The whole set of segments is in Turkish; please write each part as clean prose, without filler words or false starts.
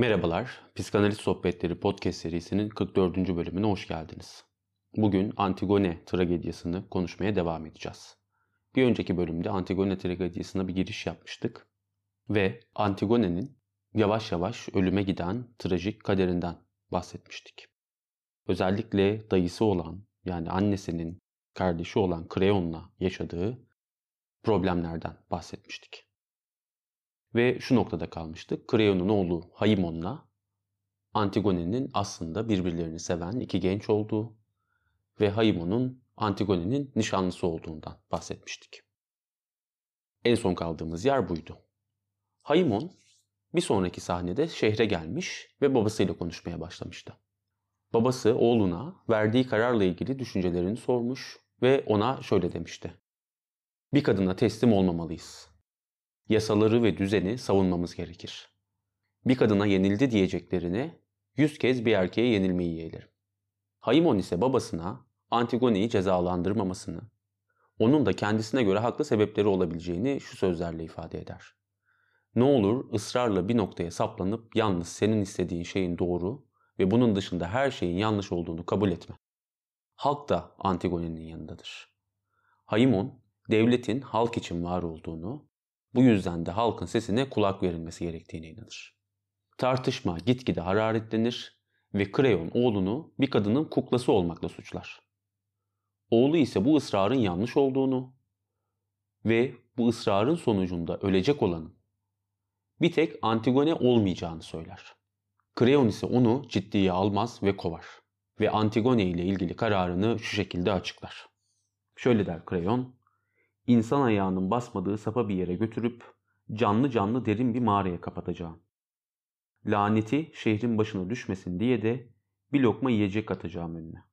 Merhabalar, Psikanaliz Sohbetleri podcast serisinin 44. bölümüne hoş geldiniz. Bugün Antigone tragediyasını konuşmaya devam edeceğiz. Bir önceki bölümde Antigone tragediyasına bir giriş yapmıştık ve Antigone'nin yavaş yavaş ölüme giden trajik kaderinden bahsetmiştik. Özellikle dayısı olan, yani annesinin kardeşi olan Creon'la yaşadığı problemlerden bahsetmiştik. Ve şu noktada kalmıştık. Creon'un oğlu Haimon'la Antigone'nin aslında birbirlerini seven iki genç olduğu ve Haimon'un Antigone'nin nişanlısı olduğundan bahsetmiştik. En son kaldığımız yer buydu. Haimon bir sonraki sahnede şehre gelmiş ve babasıyla konuşmaya başlamıştı. Babası oğluna verdiği kararla ilgili düşüncelerini sormuş ve ona şöyle demişti. Bir kadına teslim olmamalıyız. Yasaları ve düzeni savunmamız gerekir. Bir kadına yenildi diyeceklerine 100 kez bir erkeğe yenilmeyi yeğlerim. Haimon ise babasına Antigone'yi cezalandırmamasını, onun da kendisine göre haklı sebepleri olabileceğini şu sözlerle ifade eder. Ne olur ısrarla bir noktaya saplanıp yalnız senin istediğin şeyin doğru ve bunun dışında her şeyin yanlış olduğunu kabul etme. Halk da Antigone'nin yanındadır. Haimon, devletin halk için var olduğunu, bu yüzden de halkın sesine kulak verilmesi gerektiğine inanır. Tartışma gitgide hararetlenir ve Creon oğlunu bir kadının kuklası olmakla suçlar. Oğlu ise bu ısrarın yanlış olduğunu ve bu ısrarın sonucunda ölecek olanın bir tek Antigone olmayacağını söyler. Creon ise onu ciddiye almaz ve kovar ve Antigone ile ilgili kararını şu şekilde açıklar. Şöyle der Creon, insan ayağının basmadığı sapa bir yere götürüp canlı canlı derin bir mağaraya kapatacağım. Laneti şehrin başına düşmesin diye de bir lokma yiyecek atacağım önüne.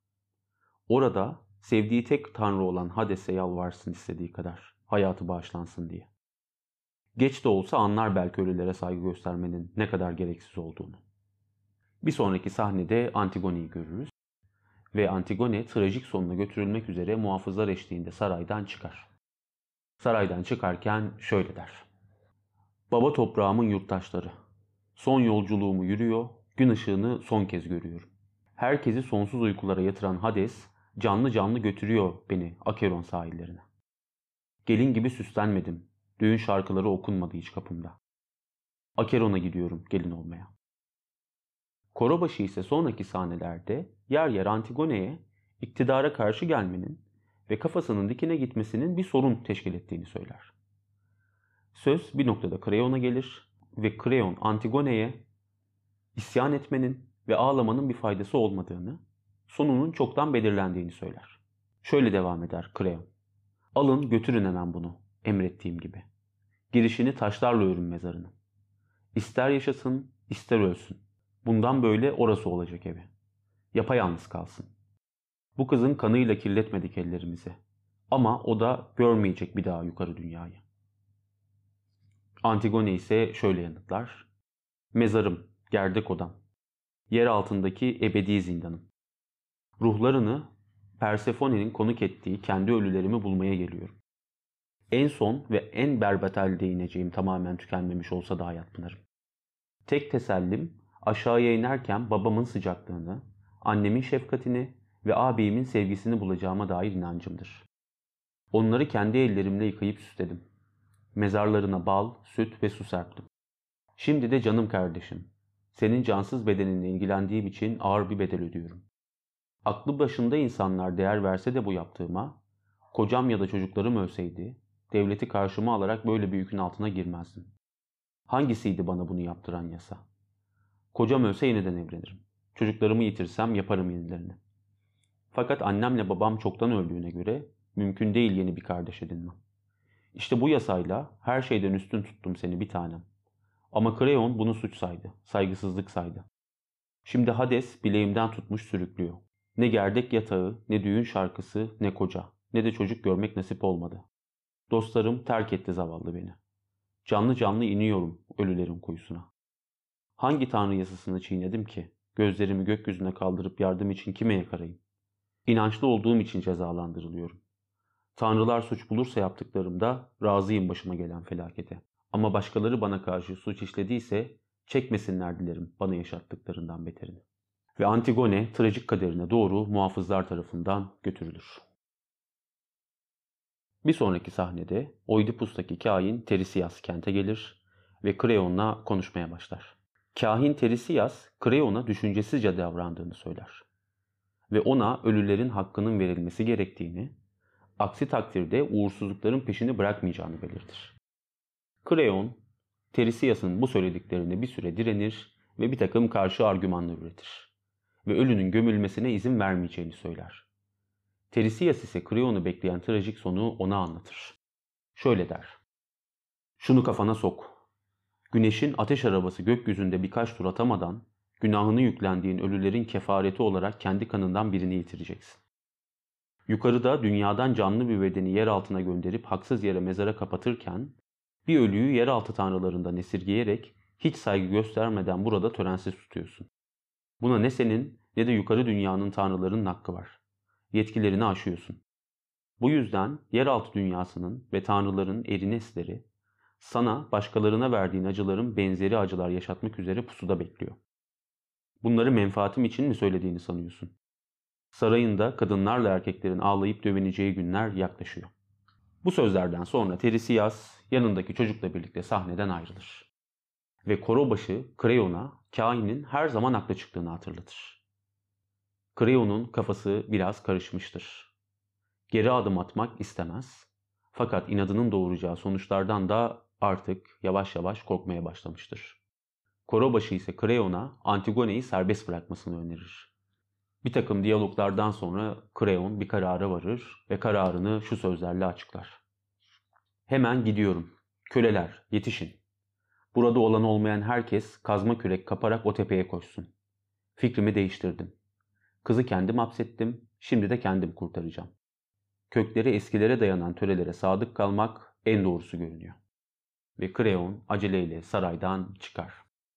Orada sevdiği tek tanrı olan Hades'e yalvarsın istediği kadar, hayatı bağışlansın diye. Geç de olsa anlar belki ölülere saygı göstermenin ne kadar gereksiz olduğunu. Bir sonraki sahnede Antigone'yi görürüz ve Antigone trajik sonuna götürülmek üzere muhafızlar eşliğinde saraydan çıkar. Saraydan çıkarken şöyle der. Baba toprağımın yurttaşları, son yolculuğumu yürüyor, gün ışığını son kez görüyorum. Herkesi sonsuz uykulara yatıran Hades, canlı canlı götürüyor beni Acheron sahillerine. Gelin gibi süslenmedim, düğün şarkıları okunmadı hiç kapımda. Acheron'a gidiyorum gelin olmaya. Korobaşı ise sonraki sahnelerde yer yer Antigone'ye iktidara karşı gelmenin ve kafasının dikine gitmesinin bir sorun teşkil ettiğini söyler. Söz bir noktada Creon'a gelir ve Creon Antigone'ye isyan etmenin ve ağlamanın bir faydası olmadığını, sonunun çoktan belirlendiğini söyler. Şöyle devam eder Creon. Alın götürün hemen bunu, emrettiğim gibi. Girişini taşlarla örün mezarını. İster yaşasın, ister ölsün. Bundan böyle orası olacak evi. Yapayalnız kalsın. Bu kızın kanıyla kirletmedik ellerimizi. Ama o da görmeyecek bir daha yukarı dünyayı. Antigone ise şöyle yanıtlar. Mezarım, gerdek odam. Yer altındaki ebedi zindanım. Ruhlarını Persephone'nin konuk ettiği kendi ölülerimi bulmaya geliyorum. En son ve en berbat halde ineceğim tamamen tükenmemiş olsa da hayat pınarım. Tek tesellim aşağıya inerken babamın sıcaklığını, annemin şefkatini ve ağabeyimin sevgisini bulacağıma dair inancımdır. Onları kendi ellerimle yıkayıp süsledim. Mezarlarına bal, süt ve su serptim. Şimdi de canım kardeşim, senin cansız bedeninle ilgilendiğim için ağır bir bedel ödüyorum. Aklı başında insanlar değer verse de bu yaptığıma, kocam ya da çocuklarım ölseydi, devleti karşıma alarak böyle bir yükün altına girmezdim. Hangisiydi bana bunu yaptıran yasa? Kocam ölse yeniden evlenirim. Çocuklarımı yitirsem yaparım yenilerini. Fakat annemle babam çoktan öldüğüne göre mümkün değil yeni bir kardeş edinmem. İşte bu yasayla her şeyden üstün tuttum seni bir tanem. Ama Creon bunu suç saydı, saygısızlık saydı. Şimdi Hades bileğimden tutmuş sürüklüyor. Ne gerdek yatağı, ne düğün şarkısı, ne koca, ne de çocuk görmek nasip olmadı. Dostlarım terk etti zavallı beni. Canlı canlı iniyorum ölülerin kuyusuna. Hangi tanrı yasasını çiğnedim ki? Gözlerimi gökyüzüne kaldırıp yardım için kime yakarayım? İnançlı olduğum için cezalandırılıyorum. Tanrılar suç bulursa yaptıklarımda razıyım başıma gelen felakete. Ama başkaları bana karşı suç işlediyse Çekmesinler dilerim bana yaşattıklarından beterini. Ve Antigone trajik kaderine doğru muhafızlar tarafından götürülür. Bir sonraki sahnede Oidipus'taki kahin Tiresias kente gelir ve Kreon'la konuşmaya başlar. Kahin Tiresias, Kreon'a düşüncesizce davrandığını söyler ve ona ölülerin hakkının verilmesi gerektiğini, aksi takdirde uğursuzlukların peşini bırakmayacağını belirtir. Kreon, Tiresias'ın bu söylediklerine bir süre direnir ve bir takım karşı argümanlar üretir ve ölünün gömülmesine izin vermeyeceğini söyler. Tiresias ise Kreon'u bekleyen trajik sonu ona anlatır. Şöyle der: "Şunu kafana sok. Güneşin ateş arabası gökyüzünde birkaç tur atamadan günahını yüklendiğin ölülerin kefareti olarak kendi kanından birini yitireceksin. Yukarıda dünyadan canlı bir bedeni yer altına gönderip haksız yere mezara kapatırken bir ölüyü yeraltı tanrılarından esirgeyerek hiç saygı göstermeden burada törensiz tutuyorsun. Buna ne senin ne de yukarı dünyanın tanrılarının hakkı var. Yetkilerini aşıyorsun. Bu yüzden yeraltı dünyasının ve tanrıların erinesleri sana başkalarına verdiğin acıların benzeri acılar yaşatmak üzere pusuda bekliyor. Bunları menfaatim için mi söylediğini sanıyorsun? Sarayında kadınlarla erkeklerin ağlayıp dövüneceği günler yaklaşıyor." Bu sözlerden sonra Tiresias yanındaki çocukla birlikte sahneden ayrılır. Ve korobaşı Kreon'a kahinin her zaman haklı çıktığını hatırlatır. Kreon'un kafası biraz karışmıştır. Geri adım atmak istemez. Fakat inadının doğuracağı sonuçlardan da artık yavaş yavaş korkmaya başlamıştır. Korobaşı ise Kreon'a Antigone'yi serbest bırakmasını önerir. Bir takım diyaloglardan sonra Kreon bir karara varır ve kararını şu sözlerle açıklar: "Hemen gidiyorum. Köleler, yetişin. Burada olan olmayan herkes kazma kürek kaparak o tepeye koşsun. Fikrimi değiştirdim. Kızı kendim hapsettim, şimdi de kendim kurtaracağım. Kökleri eskilere dayanan törelere sadık kalmak en doğrusu görünüyor." Ve Kreon aceleyle saraydan çıkar.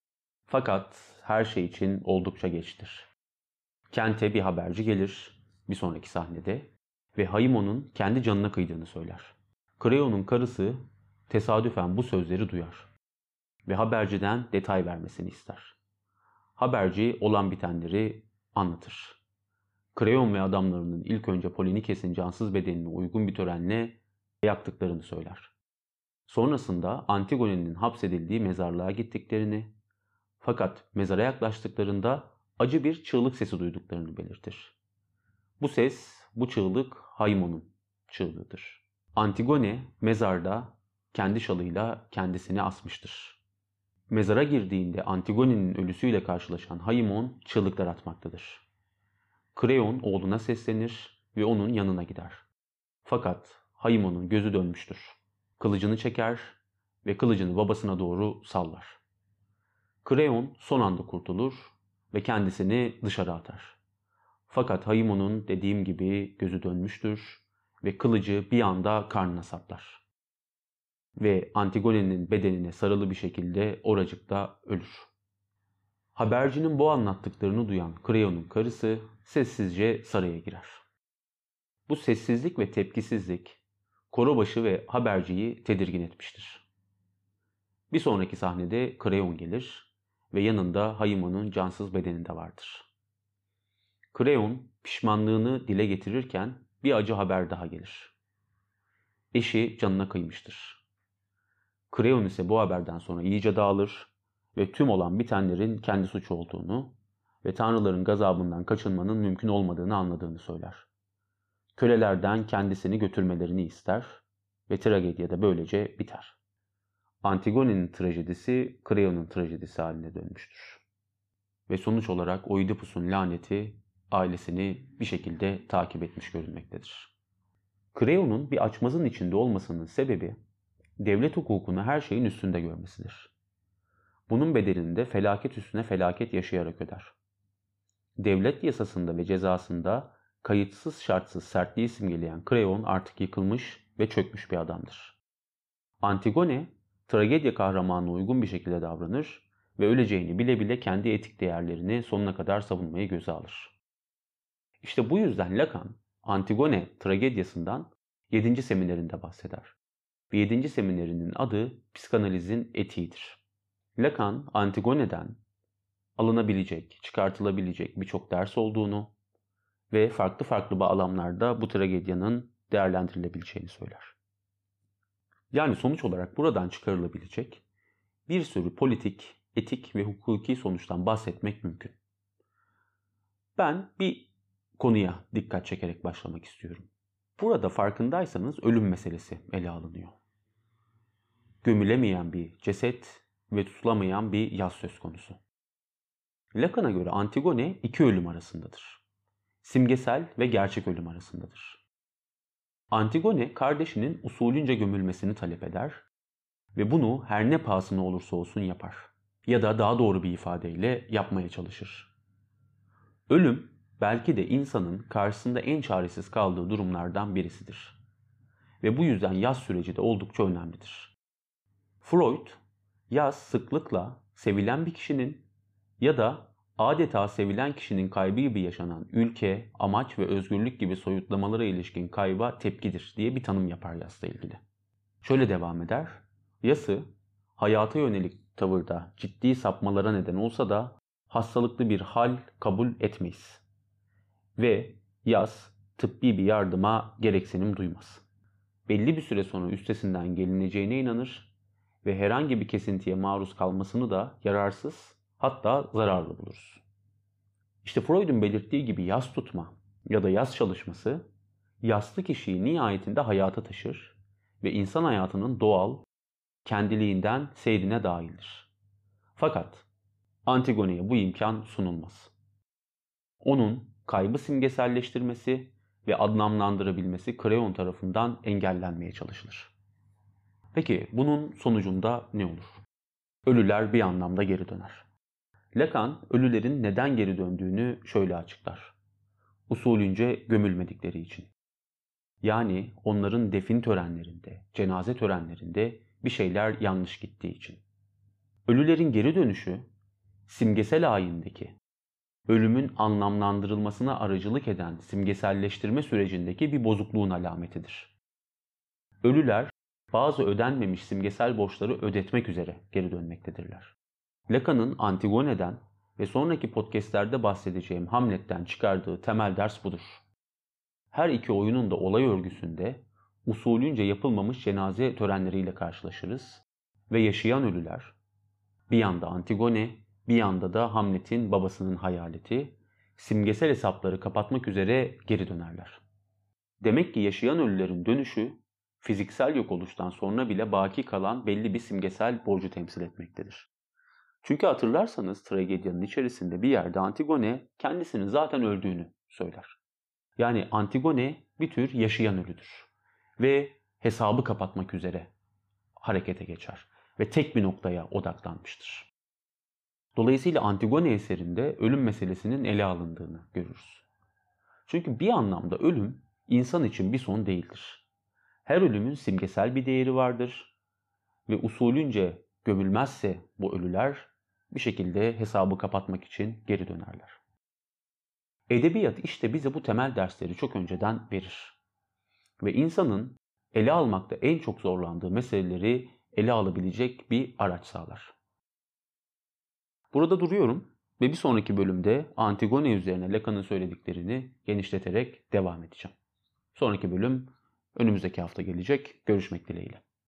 Fakat her şey için oldukça geçtir. Kente bir haberci gelir bir sonraki sahnede ve Haimo'nun kendi canına kıydığını söyler. Kreon'un karısı tesadüfen bu sözleri duyar ve haberciden detay vermesini ister. Haberci olan bitenleri anlatır. Kreon ve adamlarının ilk önce Polinikes'in cansız bedenine uygun bir törenle yaptıklarını söyler. Sonrasında Antigone'nin hapsedildiği mezarlığa gittiklerini, fakat mezara yaklaştıklarında acı bir çığlık sesi duyduklarını belirtir. Bu ses, bu çığlık Haimo'nun çığlığıdır. Antigone mezarda kendi şalıyla kendisini asmıştır. Mezara girdiğinde Antigone'nin ölüsüyle karşılaşan Haimon çığlıklar atmaktadır. Kreon oğluna seslenir ve onun yanına gider. Fakat Haimon'un gözü dönmüştür. Kılıcını çeker ve kılıcını babasına doğru sallar. Kreon son anda kurtulur ve kendisini dışarı atar. Fakat Haimon'un dediğim gibi gözü dönmüştür ve kılıcı bir anda karnına saplar. Ve Antigone'nin bedenine sarılı bir şekilde oracıkta ölür. Habercinin bu anlattıklarını duyan Kreon'un karısı sessizce saraya girer. Bu sessizlik ve tepkisizlik korobaşı ve haberciyi tedirgin etmiştir. Bir sonraki sahnede Kreon gelir ve yanında Haimo'nun cansız bedeni de vardır. Kreon pişmanlığını dile getirirken bir acı haber daha gelir. Eşi canına kıymıştır. Kreon ise bu haberden sonra iyice dağılır ve tüm olan bitenlerin kendi suçu olduğunu ve tanrıların gazabından kaçınmanın mümkün olmadığını anladığını söyler. Kölelerden kendisini götürmelerini ister ve tragedya da böylece biter. Antigone'nin trajedisi Kreon'un trajedisi haline dönmüştür. Ve sonuç olarak Oidipus'un laneti ailesini bir şekilde takip etmiş görünmektedir. Kreon'un bir açmazın içinde olmasının sebebi devlet hukukunu her şeyin üstünde görmesidir. Bunun bedelini de felaket üstüne felaket yaşayarak öder. Devlet yasasında ve cezasında kayıtsız şartsız sertliği simgeleyen Kreon artık yıkılmış ve çökmüş bir adamdır. Antigone, tragedya kahramanına uygun bir şekilde davranır ve öleceğini bile bile kendi etik değerlerini sonuna kadar savunmayı göze alır. İşte bu yüzden Lacan, Antigone tragedyasından 7. seminerinde bahseder. Ve 7. seminerinin adı psikanalizin etiğidir. Lacan, Antigone'den alınabilecek, çıkartılabilecek birçok ders olduğunu ve farklı farklı bağlamlarda bu tragedyanın değerlendirilebileceğini söyler. Yani sonuç olarak buradan çıkarılabilecek bir sürü politik, etik ve hukuki sonuçtan bahsetmek mümkün. Ben bir konuya dikkat çekerek başlamak istiyorum. Burada farkındaysanız ölüm meselesi ele alınıyor. Gömülemeyen bir ceset ve tutulamayan bir yas söz konusu. Lacan'a göre Antigone iki ölüm arasındadır. Simgesel ve gerçek ölüm arasındadır. Antigone kardeşinin usulünce gömülmesini talep eder ve bunu her ne pahasına olursa olsun yapar. Ya da daha doğru bir ifadeyle yapmaya çalışır. Ölüm belki de insanın karşısında en çaresiz kaldığı durumlardan birisidir. Ve bu yüzden yas süreci de oldukça önemlidir. Freud, yas sıklıkla sevilen bir kişinin ya da adeta sevilen kişinin kaybı gibi yaşanan ülke, amaç ve özgürlük gibi soyutlamalara ilişkin kayba tepkidir diye bir tanım yapar yasla ilgili. Şöyle devam eder. Yası, hayata yönelik tavırda ciddi sapmalara neden olsa da hastalıklı bir hal kabul etmeyiz. Ve yas, tıbbi bir yardıma gereksinim duymaz. Belli bir süre sonra üstesinden gelineceğine inanır ve herhangi bir kesintiye maruz kalmasını da yararsız, hatta zararlı buluruz. İşte Freud'un belirttiği gibi yas tutma ya da yas çalışması, yaslı kişiyi nihayetinde hayata taşır ve insan hayatının doğal, kendiliğinden seyrine dahildir. Fakat Antigone'ye bu imkan sunulmaz. Onun kaybı simgeselleştirmesi ve anlamlandırabilmesi Kreon tarafından engellenmeye çalışılır. Peki bunun sonucunda ne olur? Ölüler bir anlamda geri döner. Lacan ölülerin neden geri döndüğünü şöyle açıklar. Usulünce gömülmedikleri için. Yani onların defin törenlerinde, cenaze törenlerinde bir şeyler yanlış gittiği için. Ölülerin geri dönüşü, simgesel ayindeki, ölümün anlamlandırılmasına aracılık eden simgeselleştirme sürecindeki bir bozukluğun alametidir. Ölüler bazı ödenmemiş simgesel borçları ödetmek üzere geri dönmektedirler. Lacan'ın Antigone'den ve sonraki podcastlerde bahsedeceğim Hamlet'ten çıkardığı temel ders budur. Her iki oyunun da olay örgüsünde usulünce yapılmamış cenaze törenleriyle karşılaşırız ve yaşayan ölüler, bir yanda Antigone, bir yanda da Hamlet'in babasının hayaleti, simgesel hesapları kapatmak üzere geri dönerler. Demek ki yaşayan ölülerin dönüşü, fiziksel yok oluştan sonra bile baki kalan belli bir simgesel borcu temsil etmektedir. Çünkü hatırlarsanız tragedyanın içerisinde bir yerde Antigone kendisinin zaten öldüğünü söyler. Yani Antigone bir tür yaşayan ölüdür ve hesabı kapatmak üzere harekete geçer ve tek bir noktaya odaklanmıştır. Dolayısıyla Antigone eserinde ölüm meselesinin ele alındığını görürüz. Çünkü bir anlamda ölüm insan için bir son değildir. Her ölümün simgesel bir değeri vardır ve usulünce gömülmezse bu ölüler bir şekilde hesabı kapatmak için geri dönerler. Edebiyat işte bize bu temel dersleri çok önceden verir. Ve insanın ele almakta en çok zorlandığı meseleleri ele alabilecek bir araç sağlar. Burada duruyorum ve bir sonraki bölümde Antigone üzerine Lacan'ın söylediklerini genişleterek devam edeceğim. Sonraki bölüm önümüzdeki hafta gelecek. Görüşmek dileğiyle.